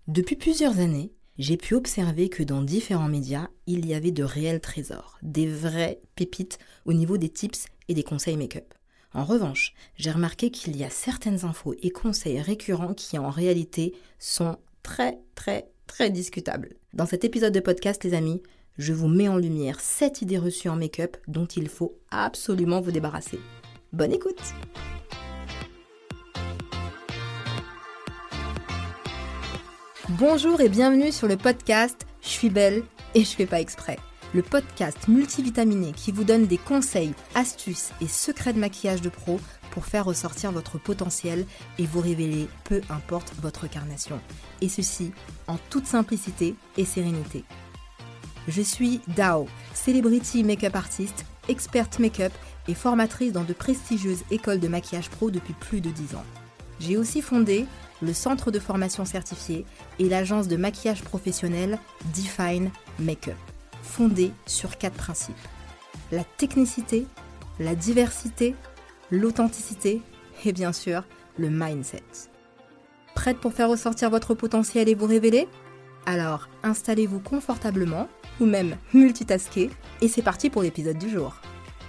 Depuis plusieurs années, j'ai pu observer que dans différents médias, il y avait de réels trésors, des vraies pépites au niveau des tips et des conseils make-up. En revanche, j'ai remarqué qu'il y a certaines infos et conseils récurrents qui en réalité sont très discutables. Dans cet épisode de podcast, les amis, je vous mets en lumière 7 idées reçues en make-up dont il faut absolument vous débarrasser. Bonne écoute! Bonjour et bienvenue sur le podcast « Je suis belle et je fais pas exprès ». Le podcast multivitaminé qui vous donne des conseils, astuces et secrets de maquillage de pro pour faire ressortir votre potentiel et vous révéler peu importe votre carnation. Et ceci en toute simplicité et sérénité. Je suis Dao, celebrity make-up artist, experte make-up et formatrice dans de prestigieuses écoles de maquillage pro depuis plus de 10 ans. J'ai aussi fondé le centre de formation certifié et l'agence de maquillage professionnel Define Makeup, fondée sur 4 principes. La technicité, la diversité, l'authenticité et bien sûr le mindset. Prête pour faire ressortir votre potentiel et vous révéler ? Alors installez-vous confortablement ou même multitasker et c'est parti pour l'épisode du jour.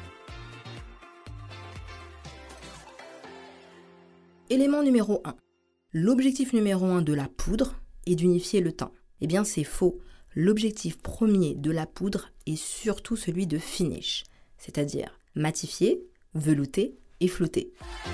Élément numéro 1. L'objectif numéro 1 de la poudre est d'unifier le teint. Eh bien c'est faux. L'objectif premier de la poudre est surtout celui de finish, c'est-à-dire matifier, velouter et flouter.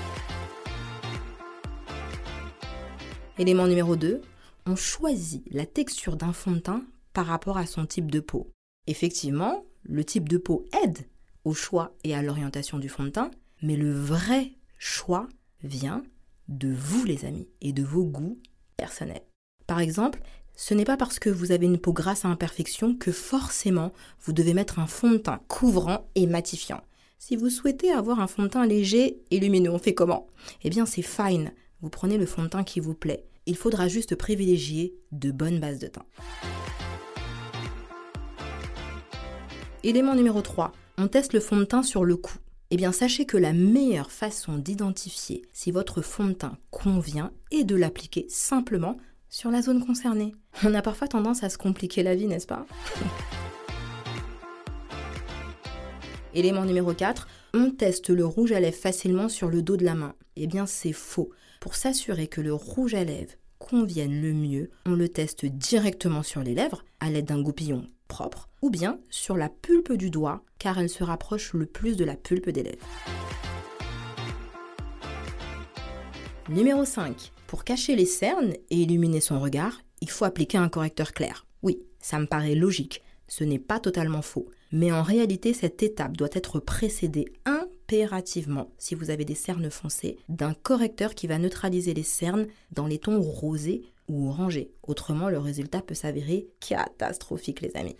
Élément numéro 2. On choisit la texture d'un fond de teint par rapport à son type de peau. Effectivement, le type de peau aide au choix et à l'orientation du fond de teint, mais le vrai choix vient de vous les amis et de vos goûts personnels. Par exemple, ce n'est pas parce que vous avez une peau grasse à imperfection que forcément vous devez mettre un fond de teint couvrant et matifiant. Si vous souhaitez avoir un fond de teint léger et lumineux, on fait comment ? Eh bien c'est fine, vous prenez le fond de teint qui vous plaît. Il faudra juste privilégier de bonnes bases de teint. Élément numéro 3, on teste le fond de teint sur le cou. Eh bien, sachez que la meilleure façon d'identifier si votre fond de teint convient est de l'appliquer simplement sur la zone concernée. On a parfois tendance à se compliquer la vie, n'est-ce pas ? Élément numéro 4, on teste le rouge à lèvres facilement sur le dos de la main. Eh bien, c'est faux. Pour s'assurer que le rouge à lèvres convienne le mieux, on le teste directement sur les lèvres à l'aide d'un goupillon propre ou bien sur la pulpe du doigt car elle se rapproche le plus de la pulpe des lèvres. Numéro 5. Pour cacher les cernes et illuminer son regard, il faut appliquer un correcteur clair. Oui, ça me paraît logique, ce n'est pas totalement faux. Mais en réalité, cette étape doit être précédée impérativement, si vous avez des cernes foncées, d'un correcteur qui va neutraliser les cernes dans les tons rosés ou orangés. Autrement, le résultat peut s'avérer catastrophique, les amis.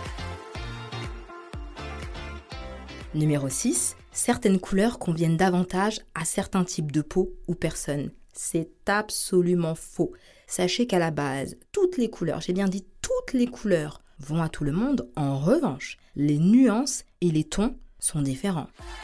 Numéro 6. Certaines couleurs conviennent davantage à certains types de peau ou personnes. C'est absolument faux. Sachez qu'à la base, toutes les couleurs, j'ai bien dit toutes les couleurs, vont à tout le monde. En revanche, les nuances et les tons sont différents.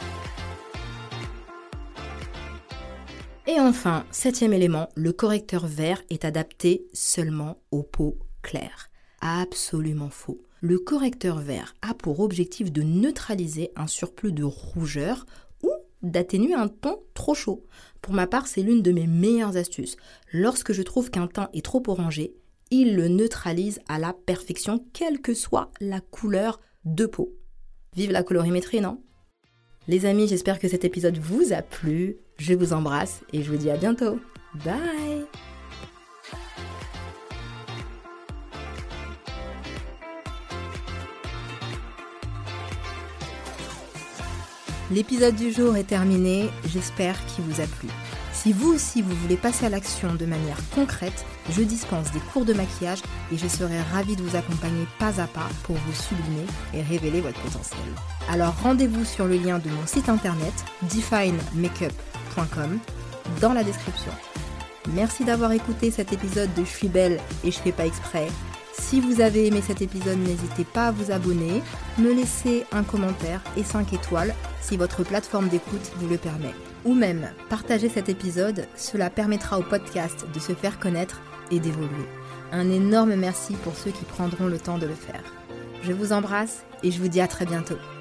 Et enfin, 7e élément, le correcteur vert est adapté seulement aux peaux claires. Absolument faux. Le correcteur vert a pour objectif de neutraliser un surplus de rougeur ou d'atténuer un ton trop chaud. Pour ma part, c'est l'une de mes meilleures astuces. Lorsque je trouve qu'un teint est trop orangé, il le neutralise à la perfection, quelle que soit la couleur de peau. Vive la colorimétrie, non ? Les amis, j'espère que cet épisode vous a plu. Je vous embrasse et je vous dis à bientôt. Bye! L'épisode du jour est terminé, j'espère qu'il vous a plu. Si vous aussi vous voulez passer à l'action de manière concrète, je dispense des cours de maquillage et je serai ravie de vous accompagner pas à pas pour vous sublimer et révéler votre potentiel. Alors rendez-vous sur le lien de mon site internet definemakeup.com dans la description. Merci d'avoir écouté cet épisode de Je suis belle et je fais pas exprès. Si vous avez aimé cet épisode, n'hésitez pas à vous abonner, me laisser un commentaire et 5 étoiles si votre plateforme d'écoute vous le permet. Ou même partager cet épisode, cela permettra au podcast de se faire connaître et d'évoluer. Un énorme merci pour ceux qui prendront le temps de le faire. Je vous embrasse et je vous dis à très bientôt.